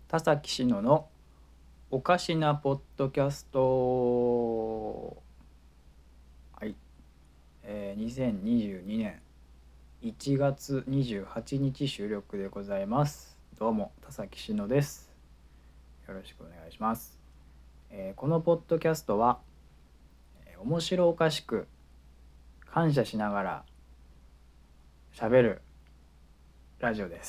田崎史乃のおかしなポッドキャスト。はい、2022年1月28日収録でございます。どうも田崎史乃です。よろしくお願いします。このポッドキャストは、面白おかしく感謝しながら喋るラジオです。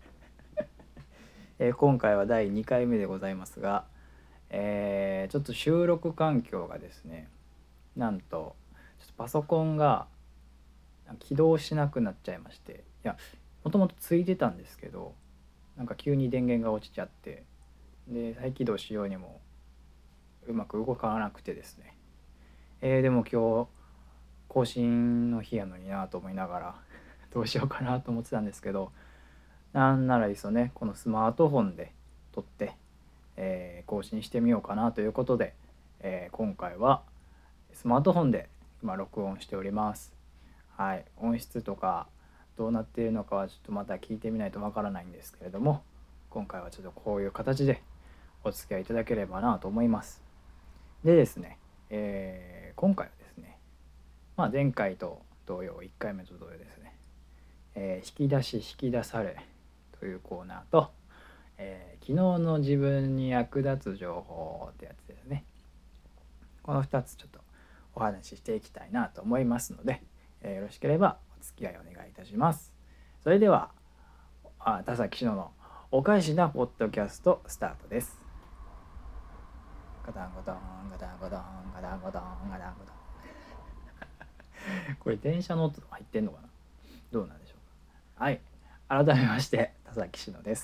今回は第2回目でございますが、ちょっと収録環境がですね、なんとちょっとパソコンが起動しなくなっちゃいまして、もともとついてたんですけど、なんか急に電源が落ちちゃって、で再起動しようにもうまく動かなくてですね、でも今日更新の日やのになと思いながらどうしようかなと思ってたんですけど、なんならいっそね、このスマートフォンで撮って、更新してみようかなということで、今回はスマートフォンで今録音しております。はい、音質とかどうなっているのかはちょっとまた聞いてみないとわからないんですけれども、今回はちょっとこういう形でお付き合いいただければなと思います。でですね、今回はですね、前回と同様、1回目と同様ですね、引き出し引き出されというコーナーと、昨日の自分に役立つ情報ってやつですね。この2つちょっとお話ししていきたいなと思いますので、よろしければお付き合いお願いいたします。それでは田崎史乃のおかしなポッドキャストスタートです。ガタンゴトンガタンゴトンガタンゴトンガタンゴトンこれ電車の音入ってんのかな、どうなんでしょうか。はい、改めまして田崎史乃です。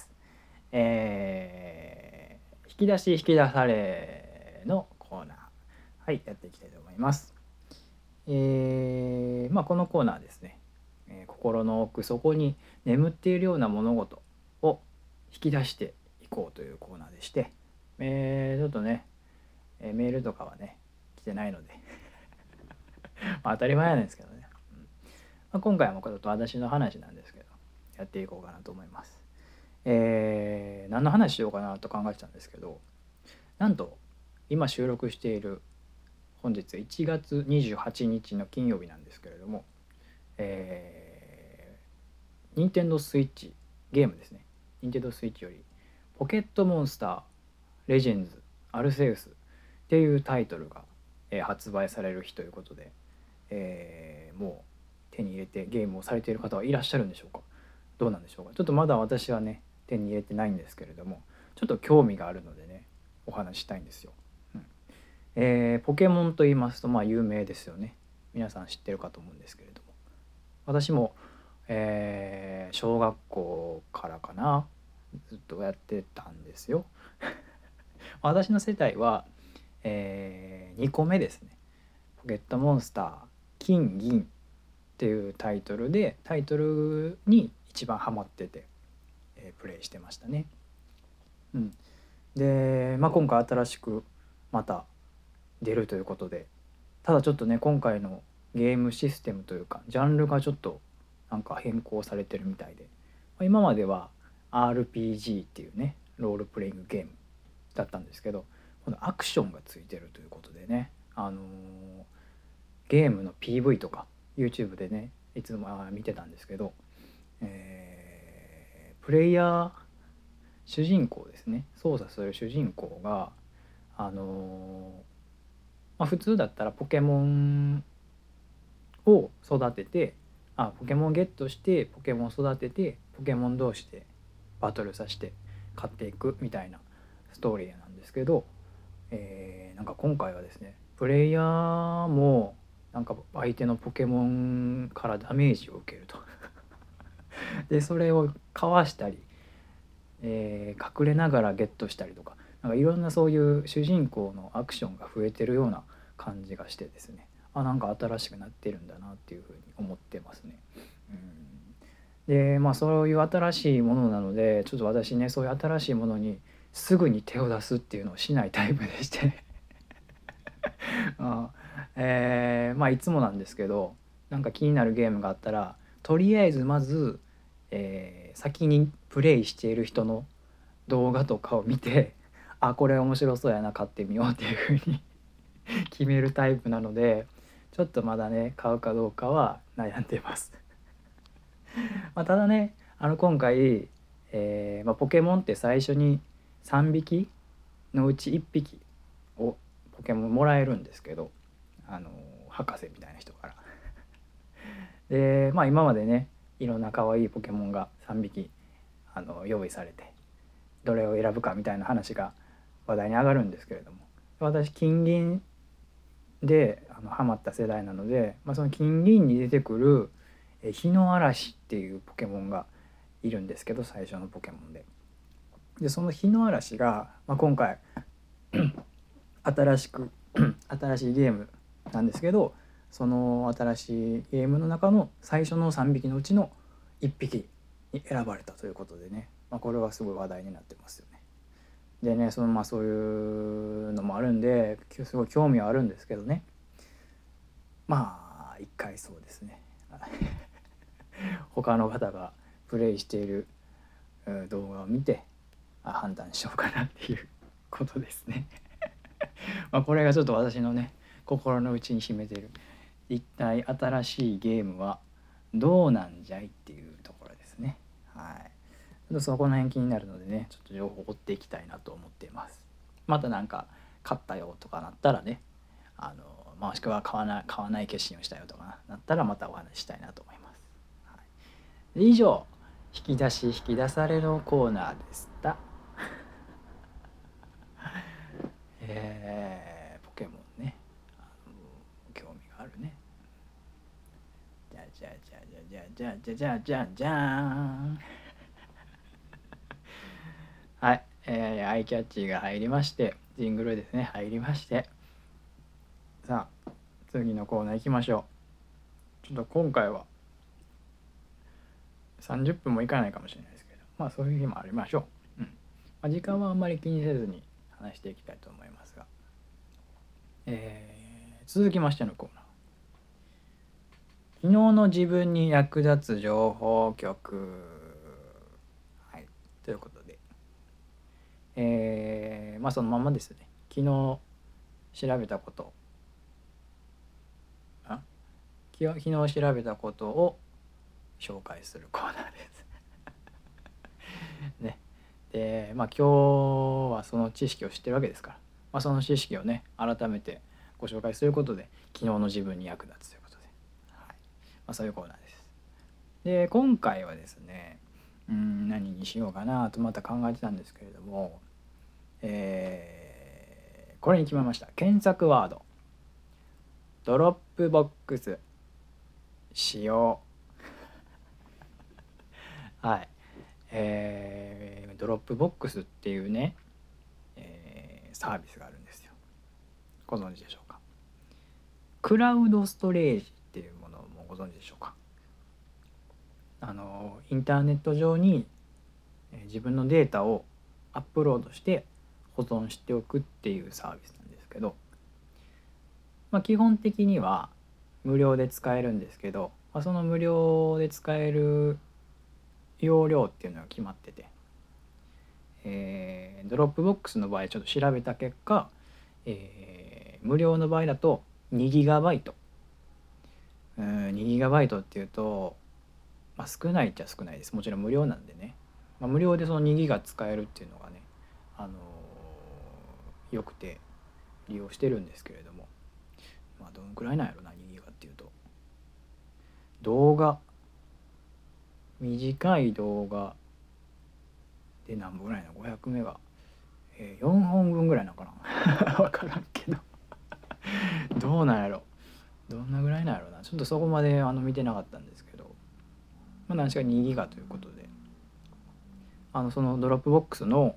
引き出し引き出されのコーナー、はい、やっていきたいと思います。このコーナーですね、心の奥底に眠っているような物事を引き出していこうというコーナーでして、ちょっとね、メールとかはね来てないので当たり前なんですけどね、今回もちょっと私の話なんですけどやっていこうかなと思います。何の話しようかなと考えてたんですけど、なんと今収録している本日1月28日の金曜日なんですけれども、任天堂スイッチゲームですね、任天堂スイッチよりポケットモンスターレジェンズアルセウスっていうタイトルが、発売される日ということで、もう手に入れてゲームをされている方はいらっしゃるんでしょうか。どうなんでしょうか。ちょっとまだ私はね手に入れてないんですけれども、ちょっと興味があるのでねお話したいんですよ。ポケモンと言いますと有名ですよね。皆さん知ってるかと思うんですけれども、私も、小学校からかなずっとやってたんですよ。私の世代は、2個目ですね。ポケットモンスター金銀っていうタイトルに一番ハマってて、プレイしてましたね。で、今回新しくまた出るということで、ただちょっとね今回のゲームシステムというかジャンルがちょっとなんか変更されてるみたいで、今までは RPG っていうねロールプレイングゲームだったんですけど、このアクションがついてるということでね、ゲームの PV とか YouTube でねいつも見てたんですけど、プレイヤー主人公ですね、操作する主人公が普通だったらポケモンを育ててポケモンをゲットしてポケモンを育ててポケモン同士でバトルさせて勝っていくみたいなストーリーなんですけど、なんか今回はですねプレイヤーもなんか相手のポケモンからダメージを受けるとでそれをかわしたり、隠れながらゲットしたりとか、なんかいろんなそういう主人公のアクションが増えてるような感じがしてですね、なんか新しくなってるんだなっていうふうに思ってますね。でそういう新しいものなので、ちょっと私ねそういう新しいものにすぐに手を出すっていうのをしないタイプでしていつもなんですけど、なんか気になるゲームがあったらとりあえずまず、先にプレイしている人の動画とかを見てあこれ面白そうやな買ってみようっていう風に決めるタイプなので、ちょっとまだね買うかどうかは悩んでますただね今回、ポケモンって最初に3匹のうち1匹をポケモンもらえるんですけど、博士みたいな人からで今までねいろんな可愛いポケモンが3匹用意されて、どれを選ぶかみたいな話が話題に上がるんですけれども、私金銀でハマった世代なので、その金銀に出てくる日の嵐っていうポケモンがいるんですけど、最初のポケモンでその日の嵐が、今回新しいゲームなんですけど、その新しいゲームの中の最初の3匹のうちの1匹に選ばれたということでね、これはすごい話題になってますよね。でねそういうのもあるんですごい興味はあるんですけどね、一回そうですね他の方がプレイしている動画を見て判断しようかなっていうことですねこれがちょっと私のね心の内に秘めている一体新しいゲームはどうなんじゃいっていうところですね。ちょっとそこの辺気になるのでね、ちょっと情報を追っていきたいなと思っています。またなんか買ったよとかなったらね、もしくは買わない決心をしたよとかなったらまたお話ししたいなと思います。以上、引き出されのコーナーでした。ポケモンね、興味があるね。じゃんはい、アイキャッチが入りまして、ジングルですね入りまして、さあ次のコーナー行きましょう。ちょっと今回は30分もいかないかもしれないですけど、そういう日もありましょう。時間はあんまり気にせずに話していきたいと思いますが、続きましてのコーナー、昨日の自分に役立つ情報局。ということで、そのままですね、昨日調べたことを紹介するコーナーですね。で今日はその知識を知ってるわけですから、その知識をね改めてご紹介することで昨日の自分に役立つということで、そういうコーナーです。で今回はですね、何にしようかなとまた考えてたんですけれども、これに決めました。検索ワードドロップボックス使用ドロップボックスっていうね、サービスがあるんですよ。ご存知でしょうか。クラウドストレージっていうものもご存知でしょうか。インターネット上に自分のデータをアップロードして保存しておくっていうサービスなんですけど、基本的には無料で使えるんですけど、その無料で使える容量っていうのが決まってて、ドロップボックスの場合ちょっと調べた結果、無料の場合だと 2GB、2GB っていうと、少ないっちゃ少ないです。もちろん無料なんでね、無料でその2ギガ使えるっていうのがね、よくて利用してるんですけれども、どのくらいなんやろな、2ギガっていうと、短い動画で何本ぐらいなの、500メガ、4本分ぐらいなのかな分からんけどどうなんやろ、どんなぐらいなんやろな、ちょっとそこまで見てなかったんですけど、何しか2ギガということで、そのドロップボックスの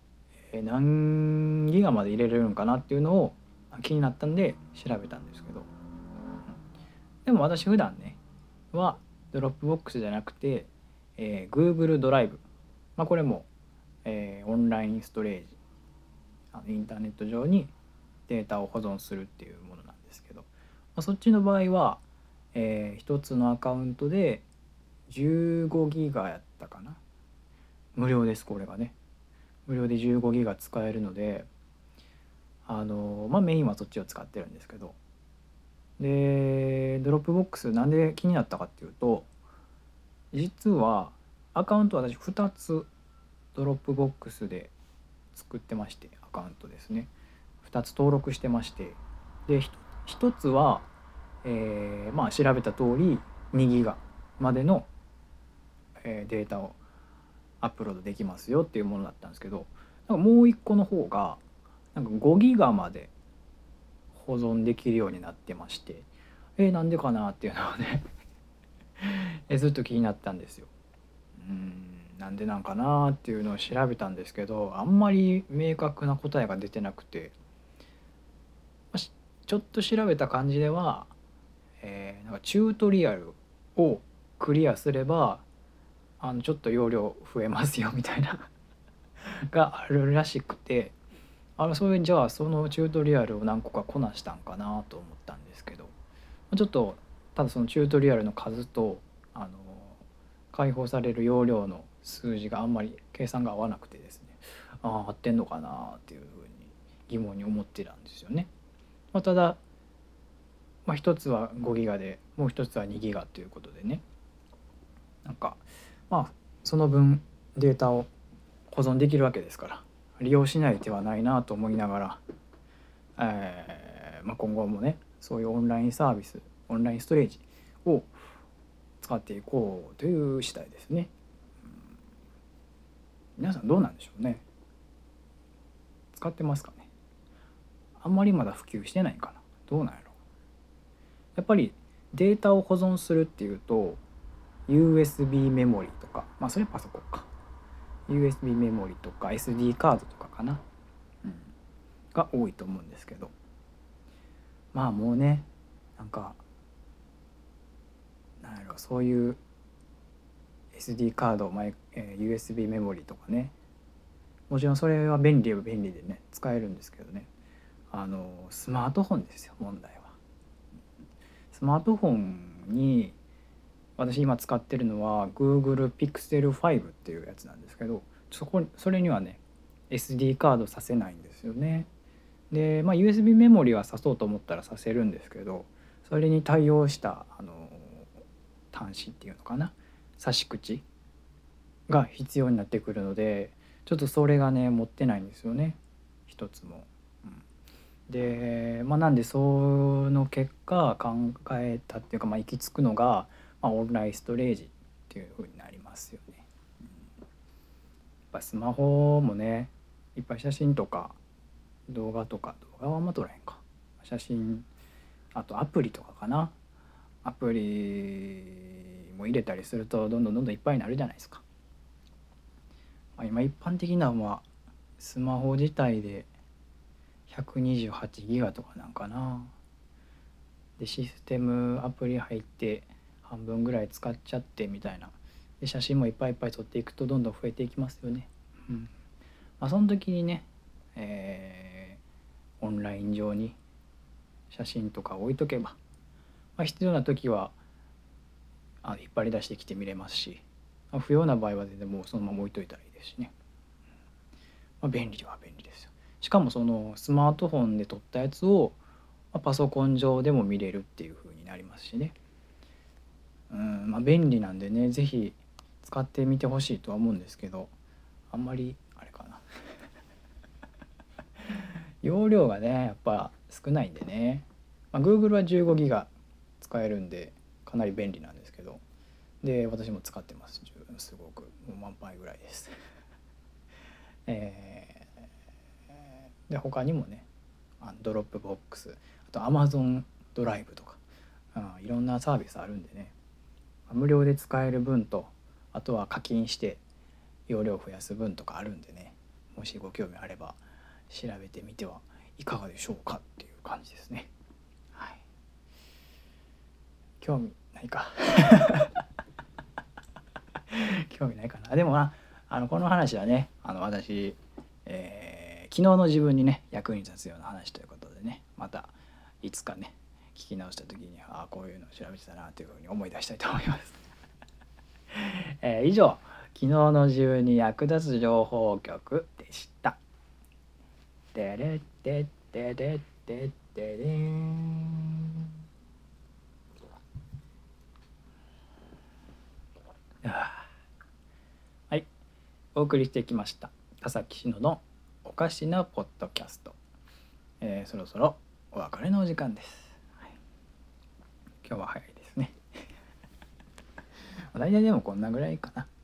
何ギガまで入れれるのかなっていうのを気になったんで調べたんですけど、でも私普段ねはドロップボックスじゃなくて、Google ドライブ、これも、オンラインストレージ、インターネット上にデータを保存するっていうものなんですけど、そっちの場合は、一つのアカウントで15ギガやったかな、無料です。これがね無料で15ギガ使えるので、メインはそっちを使ってるんですけど、でドロップボックスなんで気になったかっていうと、実はアカウント私2つドロップボックスで作ってまして、アカウントですね2つ登録してまして、で1つは、調べた通り2ギガまでの、データをアップロードできますよっていうものだったんですけど、なんかもう1個の方がなんか5ギガまで保存できるようになってまして、なんでかなっていうのはねずっと気になったんですよ。なんでなんかなっていうのを調べたんですけど、あんまり明確な答えが出てなくて、ちょっと調べた感じでは、なんかチュートリアルをクリアすればちょっと容量増えますよみたいながあるらしくて、それじゃあそのチュートリアルを何個かこなしたんかなと思ったんですけど、ちょっとただそのチュートリアルの数と解放される容量の数字があんまり計算が合わなくてですね、合ってんのかなっていうふうに疑問に思ってたんですよね。ただ、一つは5ギガでもう一つは2ギガということでね、なんかその分データを保存できるわけですから利用しない手はないなと思いながら、今後もねそういうオンラインサービス、オンラインストレージを使っていこうという次第ですね。皆さんどうなんでしょうね。使ってますかね。あんまりまだ普及してないかな。どうなんやろ。やっぱりデータを保存するっていうと USB メモリとか、それパソコンか、 USB メモリとか SD カードとかかな、が多いと思うんですけど、もうね、なんかなんやろ、そういう SD カード、USB メモリとかね、もちろんそれは便利でね使えるんですけどね、スマートフォンですよ問題は。スマートフォンに私今使ってるのは Google Pixel 5っていうやつなんですけど、それにはね SD カードさせないんですよね。で、USB メモリは挿そうと思ったら挿せるんですけど、それに対応した端子っていうのかな、差し口が必要になってくるので、ちょっとそれがね持ってないんですよね一つも。で、なんでその結果考えたっていうか、行き着くのが、オンラインストレージっていう風になりますよね。やっぱスマホもねいっぱい写真とか動画はあんま撮らへんか、写真、あとアプリとかかな、アプリも入れたりするとどんどんいっぱいになるじゃないですか。今一般的なのはスマホ自体で128ギガとかなんかな。でシステムアプリ入って半分ぐらい使っちゃってみたいな。で写真もいっぱいいっぱい撮っていくとどんどん増えていきますよね。その時にね、オンライン上に写真とか置いとけば、必要な時は引っ張り出してきて見れますし、不要な場合は全然もうそのまま置いといたらいいですしね。便利は便利ですよ。しかもそのスマートフォンで撮ったやつをパソコン上でも見れるっていう風になりますしね。便利なんでね、是非使ってみてほしいとは思うんですけど、あんまりあれかな容量がねやっぱ少ないんでね、Google は15ギガ使えるんでかなり便利なんですけど、で私も使ってます。すごくもう満杯ぐらいですで他にもねドロップボックス、あと Amazon ドライブとか、いろんなサービスあるんでね、無料で使える分と、あとは課金して容量を増やす分とかあるんでね、もしご興味あれば調べてみてはいかがでしょうかっていう感じですね。はい、興味ないか興味ないかな。でもこの話はね私、昨日の自分にね役に立つような話ということでね、またいつかね聞き直した時にこういうのを調べてたなというふうに思い出したいと思います以上、昨日の自分に役立つ情報局でした。てれってってれってってれん。はい、お送りしてきました田崎しののおかしなポッドキャスト、そろそろお別れのお時間です、はい、今日は早いですね大体でもこんなぐらいかな。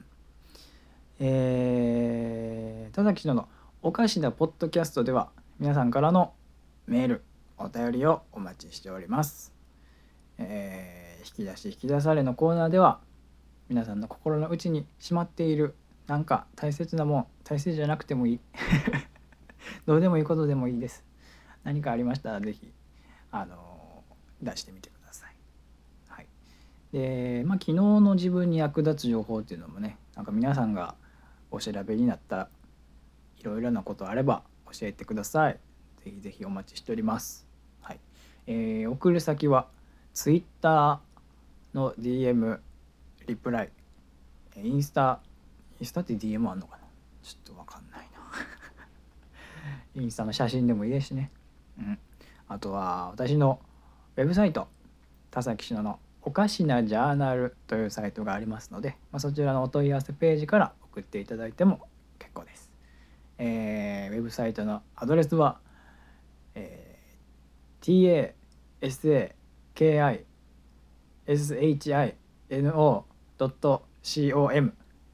田崎しののおかしなポッドキャストでは皆さんからのメールお便りをお待ちしております。引き出し引き出されのコーナーでは皆さんの心の内にしまっているなんか大切なもん、大切じゃなくてもいいどうでもいいことでもいいです。何かありましたらぜひ出してみてください。はい。で、昨日の自分に役立つ情報っていうのもね、なんか皆さんがお調べになったいろいろなことあれば教えてください。ぜひぜひお待ちしております。はい。送る先は Twitter の DM、リプライ、インスタって DM あんのかな、ちょっとわかんないなインスタの写真でもいいですしね、あとは私のウェブサイト田崎しののおかしなジャーナルというサイトがありますので、そちらのお問い合わせページから送っていただいても結構です。ウェブサイトのアドレスは、tasakishino.com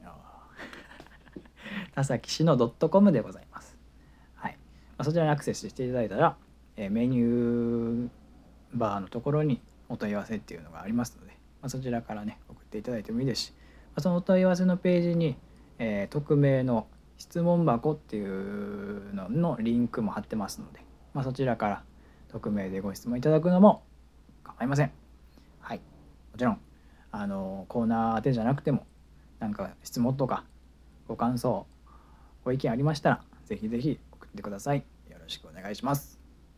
田崎しの .com でございます。はい。そちらにアクセスしていただいたら、メニューバーのところにお問い合わせっていうのがありますので、そちらからね送っていただいてもいいですし、そのお問い合わせのページに、匿名の質問箱っていうののリンクも貼ってますので、そちらから匿名でご質問いただくのも構いません。はい。もちろんコーナー宛てじゃなくてもなんか質問とかご感想ご意見ありましたらぜひぜひ送ってください。よろしくお願いします。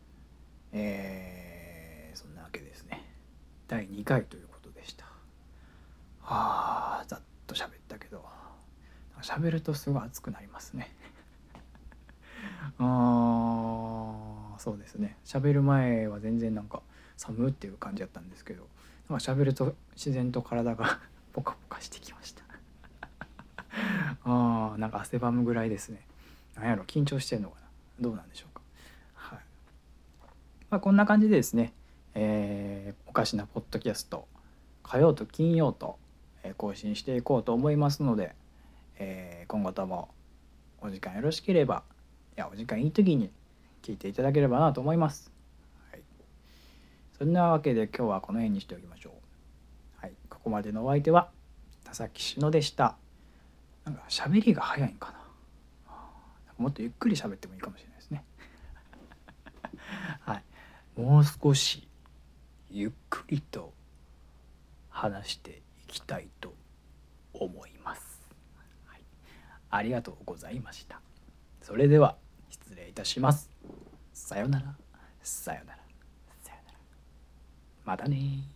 そんなわけですね。第2回ということでした。ざっと喋ったけど喋るとすごい熱くなりますねそうですね。喋る前は全然なんか寒っていう感じだったんですけど、喋ると自然と体がポカポカしてきましたなんか汗ばむぐらいですね。なんやろ、緊張してんのかな、どうなんでしょうか。はい。こんな感じでですね、おかしなポッドキャスト火曜と金曜と更新していこうと思いますので、今後ともお時間よろしければ、お時間いい時に聞いていただければなと思います。はい。そんなわけで今日はこの辺にしておきましょう。はい。ここまでのお相手は田崎しのでした。なんか喋りが早いんかな。もっとゆっくり喋ってもいいかもしれないですね。はい。もう少しゆっくりと話していきたいと思います。はい。ありがとうございました。それでは失礼いたします。さよなら、さよなら、さよなら。またね。